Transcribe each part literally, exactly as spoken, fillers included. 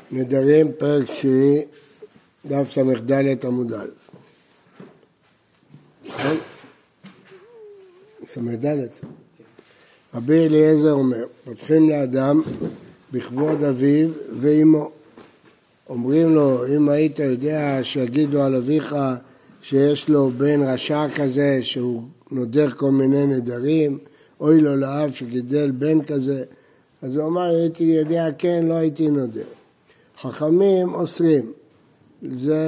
נדרים פרק שני, דף ס"ד עמוד א'. נכון? ס"ד. רבי אליעזר אומר, פותחים לאדם בכבוד אביו ואמו. אומרים לו, אם היית יודע שיגידו על אביך שיש לו בן רשע כזה שהוא נודר כל מיני נדרים, אוי לו לאב שגידל בן כזה, אז הוא אמר, הייתי יודע כן, לא הייתי נודר. חכמים אוסרים, זה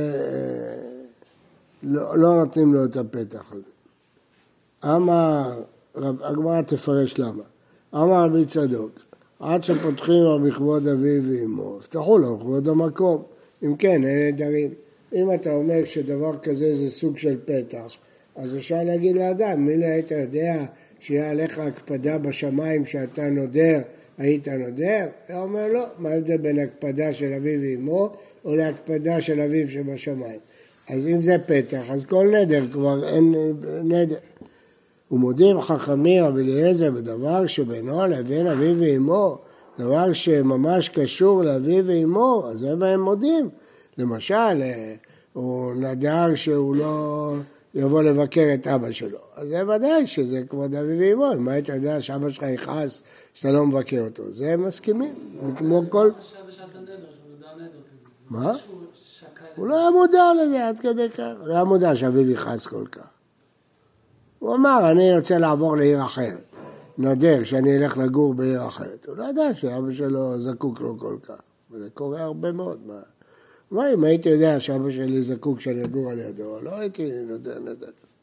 לא, לא נותנים לו את הפתח הזה. אמר, הגמרא תפרש למה. אמר רבי צדוק, עד שפותחים לו בכבוד אביו ואמו, הבטחו לו בכבוד המקום. אם כן, אין נדרים. אם אתה אומר שדבר כזה זה סוג של פתח, אז אפשר להגיד לאדם, מי לא היית יודע שיהיה עליך הקפדה בשמיים שאתה נודר, היית נודר? הוא אומר לא, מה זה בין הקפדה של אביו ואמו או להקפדה של אביו שבשמיים? אז אם זה פתח, אז כל נדר כבר אין נדר. ומודים חכמים רבי אליעזר בדבר שבינו לבין אביו ואמו, דבר שממש קשור לאביו ואמו, אז זה בהם מודים. למשל, הוא נדר שהוא לא יבוא לבקר את אבא שלו. אז זה ודאי שזה כבוד אביו ואמו. מה היית יודע שאבא שלך יכעס שאתה לא מבקר אותו? זה הם מסכימים. כמו כל... מה? הוא לא היה מודע לזה עד כדי כך. הוא לא היה מודע שאביו יכעס כל כך. הוא אמר, אני רוצה לעבור לעיר אחרת. נדר שאני אלך לגור בעיר אחרת. הוא לא ידע שאבא שלו זקוק לו כל כך. וזה קורה הרבה מאוד. מה? מה אם הייתי יודע שאבא שלי זקוק שאני אגור על ידו, לא הייתי נודר נדר.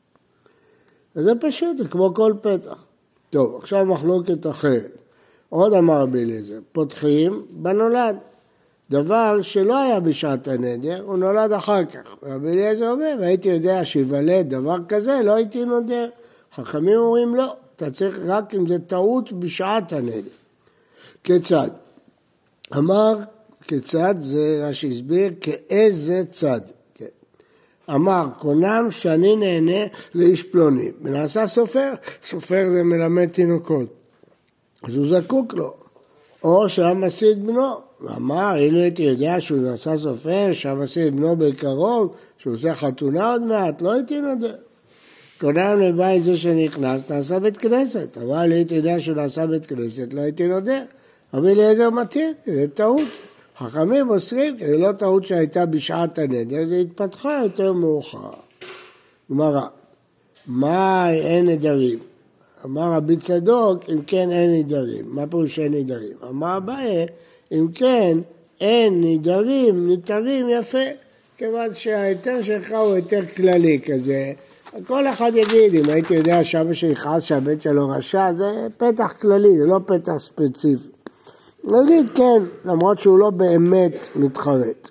אז זה פשוט, זה כמו כל פתח. טוב, עכשיו מחלוקת אחרת. עוד אמר רבי אליעזר, פותחים בנולד. דבר שלא היה בשעת הנדר, הוא נולד אחר כך. רבי אליעזר אומר, והייתי יודע שיוולד דבר כזה, לא הייתי נודר. חכמים אומרים לא, אתה צריך רק אם זה טעות בשעת הנדר. כיצד? אמר, כיצד זה רש"י הסביר, כאיזה צד. כן. אמר, קונם שאני נהנה לאיש פלוני. ונעשה סופר, סופר זה מלמד תינוקות. אז הוא זקוק לו. או שהיה מסיד בנו. ואמר, אילו הייתי יודע שהוא נעשה סופר, שהיה מסיד בנו בקרוב, שהוא עושה חתונה עוד מעט, לא הייתי נודר. קונם לבית זה שנכנס, נעשה בית כנסת. אבל הייתי יודע שהוא נעשה בית כנסת, לא הייתי נודר. רבי אליעזר מתיר, זה טעות. חכמים אוסרים, זה לא טעות שהייתה בשעת הנדר, זה התפתחה יותר מאוחר. גמרא, מה אין נדרים? אמר רבי צדוק, אם כן אין נדרים. מה פירוש אין נדרים? אמר אביי, אם כן אין נדרים, נתרים יפה. כיוון שההיתר שלך הוא היתר כללי כזה. כל אחד יגיד, אם הייתי יודע שאבא שיכעס שהבית שלו רשע, זה פתח כללי, זה לא פתח ספציפי. נגיד כן, למרות שהוא לא באמת מתחרט.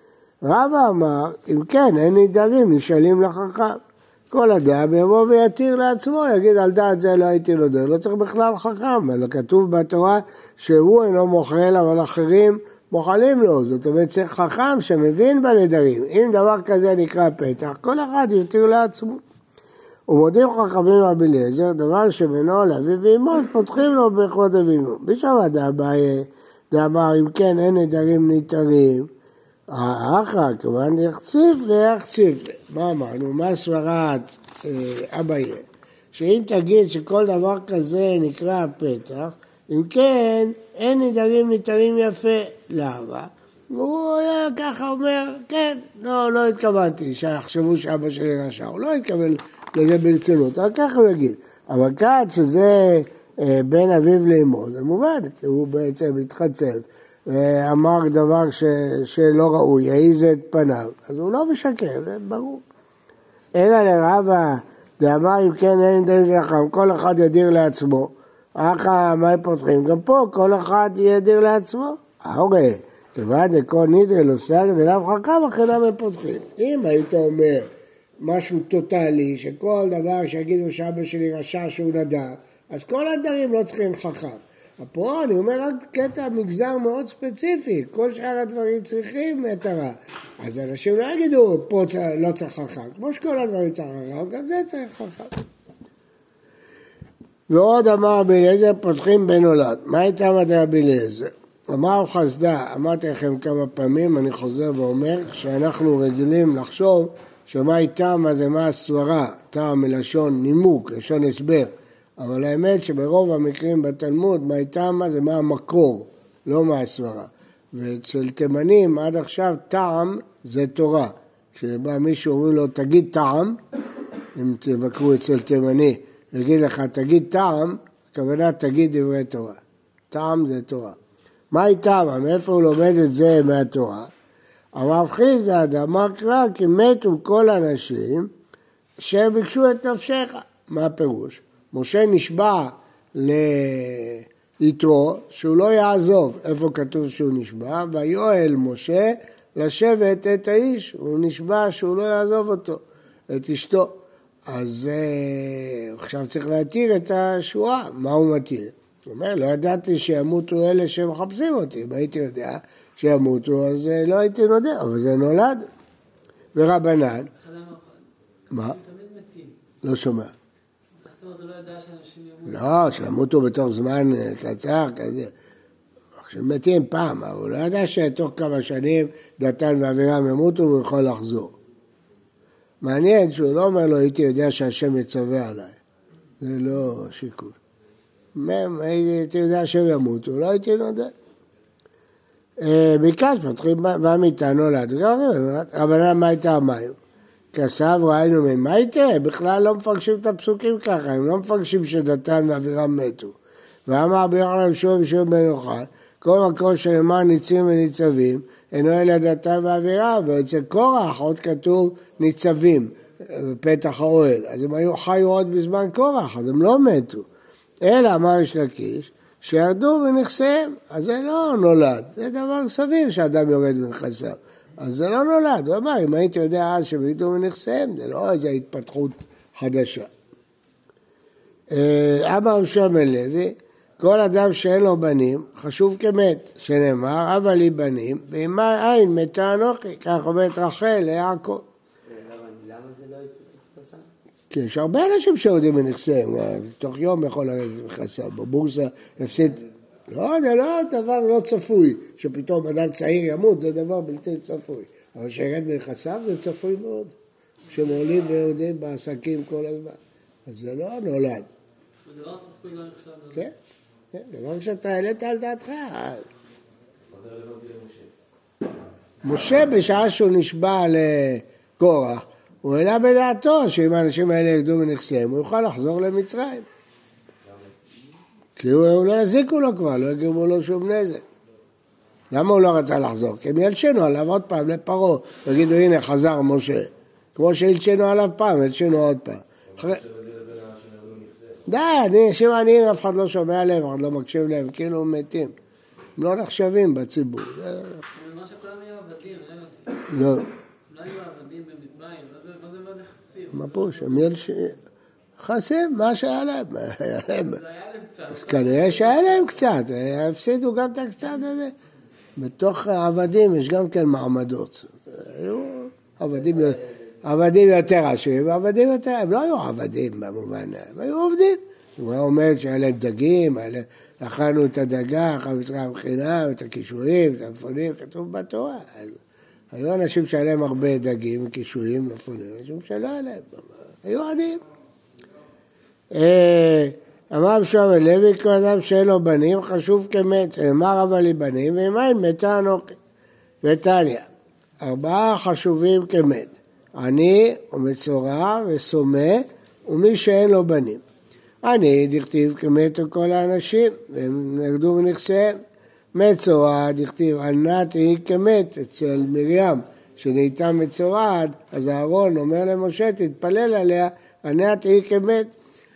רבא אמר, אם כן, אין נדרים, נשאלים לחכם. כל אדם יבוא ויתיר לעצמו, יגיד על דעת זה לא הייתי נודר, לא צריך בכלל חכם, אלא כתוב בתורה שהוא אינו מוחל, אבל אחרים מוחלים לו, זאת אומרת צריך חכם שמבין בנדרים. אם דבר כזה נקרא פתח, כל אחד יתיר לעצמו. ומודים חכמים רבי אליעזר, דבר שבינו לאביו ואמו, פותחים לו בכבוד אביו ואמו. בשביל דאביי, דאמר, אם כן אין נדרים ניתרים, האחר, כמובן יחציף ליחציף. מה אמרנו? מה סברת אביי? שאם תגיד שכל דבר כזה נקרא פתח, אם כן אין נדרים ניתרים יפה. למה? הוא היה ככה אומר, כן, לא, לא התכוונתי שיחשבו שאבא שלי רשע, הוא לא התכוון לזה ברצינות, אבל ככה הוא יגיד. אבל כאן שזה בין אביו לאמו, זה מובן, כי הוא בעצם התחצב, ואמר דבר ש, שלא ראוי, העיז את פניו, אז הוא לא משקר, זה ברור. אלא לרבא, דאמר אם כן אין נדרים שלכם, כל אחד ידיר לעצמו, אחר מה הם פותחים? גם פה כל אחד ידיר לעצמו. אוקיי. כיוון דכל נדרי לא סגד אליו חכם, אחרי למה הם פותחים. אם היית אומר משהו טוטלי, שכל דבר שיגידו שאבא שלי רשע שהוא נדר, אז כל הדברים לא צריכים חכם. פה אני אומר רק קטע מגזר מאוד ספציפי, כל שאר הדברים צריכים מטרה. אז אנשים לא יגידו, פה לא צריך חכם. כמו שכל הדברים צריך חכם, גם זה צריך חכם. ועוד אמר רבי אליעזר, פותחים בנולד. מה הייתה מדע רבי אליעזר? אמר חסדה, אמרתי לכם כמה פעמים, אני חוזר ואומר, שאנחנו רגילים לחשוב שמה איתם זה מה הסברה, טעם מלשון נימוק, לשון הסבר, אבל האמת שברוב המקרים בתלמוד מה איתם זה מה המקור, לא מה הסברה. ואצל תימנים עד עכשיו טעם זה תורה. כשבא מישהו אומרים לו תגיד טעם, אם תבקרו אצל תימני, ויגיד לך תגיד טעם, הכוונה תגיד דברי תורה. טעם זה תורה. מה איתם? מאיפה הוא לומד את זה מהתורה? הרב חיסדא אמר כלל כי מתו כל האנשים שביקשו את נפשך. מה הפירוש? משה נשבע ליתרו שהוא לא יעזוב. איפה כתוב שהוא נשבע? ויואל משה לשבת את האיש. הוא נשבע שהוא לא יעזוב אותו, את אשתו. אז עכשיו צריך להתיר את השבועה. מה הוא מתיר? הוא אומר, לא ידעתי שימותו אלה שמחפשים אותי. אם הייתי יודע שימותו, אז לא הייתי נודע, אבל זה נולד. ורבנן, מה? לא שומע. זאת אומרת, הוא לא ידע שאנשים ימותו. לא, שימותו בתוך זמן קצר, כזה. כשמתים פעם, אבל הוא לא ידע שתוך כמה שנים דתן ואבירם ימותו והוא יכול לחזור. מעניין שהוא לא אומר לו, הייתי יודע שהשם יצווה עליי. זה לא שיקול. הייתי יודע שהם ימותו, לא הייתי נודע. ביקש, מתחיל והמיתה נולד. רבנן מה הייתה המים? כסף ראינו ממה הייתה? בכלל לא מפרשים את הפסוקים ככה, הם לא מפרשים שדתן ואבירם מתו. ואמר ביוחנן יהושע ושמעון בן יוחאי, כל מקום שנאמר ניצים וניצבים, אינו אלא דתן ואבירם, ואצל קורח עוד כתוב ניצבים בפתח האוהל. אז הם היו חיו עוד בזמן קורח, אז הם לא מתו. אלא אמר יש לקיש, שירדו מנכסיהם, אז זה לא נולד, זה דבר סביר שאדם יורד מנכסיו, אז זה לא נולד, הוא אמר, אם הייתי יודע אז שהם ירדו מנכסיהם, זה לא איזו התפתחות חדשה. אמר שם לוי, כל אדם שאין לו בנים, חשוב כמת, שנאמר, אבל לי בנים, ואמה אין מתה אנוכי, כך אומרת רחל ליעקב. למה זה לא התפתח? כי יש הרבה אנשים שיורדים מנכסיהם, תוך יום יכול לרדת מנכסיו, בבורסה הפסיד, לא, זה לא דבר לא צפוי, שפתאום אדם צעיר ימות, זה דבר בלתי צפוי, אבל שירד מנכסיו זה צפוי מאוד, שמעולים ויורדים בעסקים כל הזמן, אז זה לא נולד. זה דבר צפוי לא נחשב. כן, כן, דבר שאתה העלית על דעתך. משה בשעה שהוא נשבע לקורח, הוא העלה בדעתו שאם האנשים האלה ירדו מנכסיהם, הוא יוכל לחזור למצרים. כי הוא לא יזיקו לו כבר, לא יגרמו לו שום נזק. למה הוא לא רצה לחזור? כי הם ילשנו עליו עוד פעם לפרעה, ויגידו הנה חזר משה. כמו שילשנו עליו פעם, ילשנו עוד פעם. די, אנשים עניים, אף אחד לא שומע להם, אף אחד לא מקשיב להם, כאילו הם מתים. הם לא נחשבים בציבור. מה שכולם היו עבדים, לא. לא היו עבדים במצרים, מה זה מאוד יחסים? מה פה, שם ילשנו? חסים, מה שהיה להם? היה להם. זה היה להם קצת. אז כנראה שהיה להם קצת, הפסידו גם את הקצת הזה. בתוך העבדים יש גם כן מעמדות. היו עבדים, עבדים יותר עשירים, עבדים יותר, הם לא היו עבדים במובן, הם היו עובדים. הוא אומר שהיה להם דגים, אכלנו את הדגה, אכלנו מצרים חינם, את הקישואים, את המפונים, כתוב בתורה. אז היו אנשים שהיה להם הרבה דגים, קישואים, מפונים, אנשים שלא היה להם, היו עניים. אמר שם לוי, כל אדם שאין לו בנים, חשוב כמת, אמר אבל לי בנים, ואמר מתה אנוכי. ותניא, ארבעה חשובים כמת, עני ומצורע וסומה, ומי שאין לו בנים. עני דכתיב כמתו כל האנשים, והם נרדו מנכסיהם. מצורע דכתיב ענת היא כמת, אצל מרים, שנהייתה מצורעת, אז אהרון אומר למשה, תתפלל עליה, ענת היא כמת.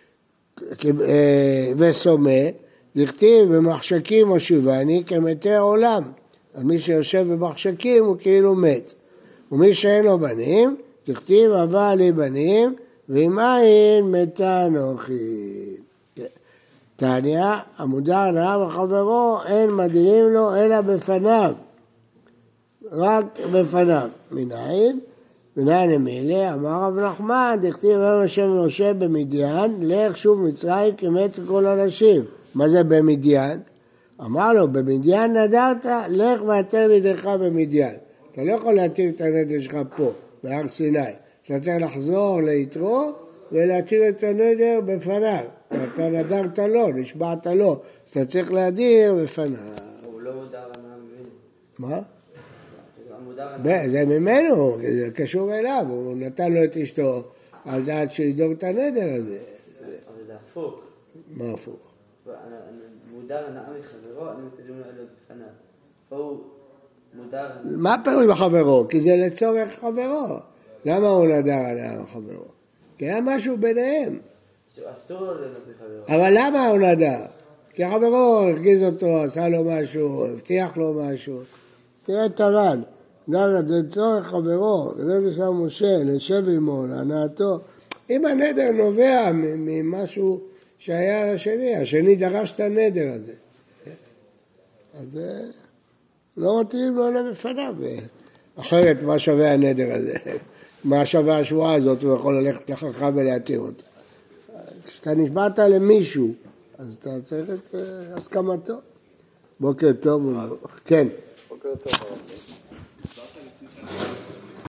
וסומה, דכתיב במחשכים הושיבני כמתי העולם. אז מי שיושב במחשכים הוא כאילו מת. ומי שאין לו בנים, דכתיב הבא לי בנים, ואם אין מתה אנוכי. תניא, המודר הנאה וחברו, אין מדירים לו אלא בפניו. רק בפניו. מנין? מנין אמילי, אמר רב נחמן, דכתיב אמר השם משה במדיין, לך שוב מצרים כמת כל אנשים. מה זה במדיין? אמר לו, במדיין נדרת, לך ואתם ידך במדיין. אתה לא יכול להתיר את הנדר שלך פה, בהר סיני. אתה צריך לחזור ליתרו ולהתיר את הנדר בפניו. אתה נדרת לו, נשבעת לו. אתה צריך להדיר בפניו. הוא לא מודר הנאה ממנו. מה? מודר הנאה. זה ממנו, זה קשור אליו. הוא נתן לו את אשתו על דעת שידור את הנדר הזה. אבל זה הפוך. מה הפוך? מודר הנאה מחברו, אני מתארים לו בפניו. פה הוא מודר... מה פירוש בחברו? כי זה לצורך חברו. למה הוא נדר הנאה מחברו? כי היה משהו ביניהם. אסור לו ליהנות מחברו. אבל למה הוא נדר? כי חברו הרגיז אותו, עשה לו משהו, הבטיח לו משהו. תראה את הר"ן, נדר זה צורך חברו, נדר של משה, לשב עמו, להנאתו. אם הנדר נובע ממשהו שהיה לשני, השני דרש את הנדר הזה. אז לא מתאים לו לפניו. אחרת מה שווה הנדר הזה? מה שווה השבועה הזאת? הוא יכול ללכת לחכם ולהתיר אותה. כשאתה נשבעת למישהו, אז אתה צריך את הסכמתו. בוקר טוב. כן. בוקר טוב.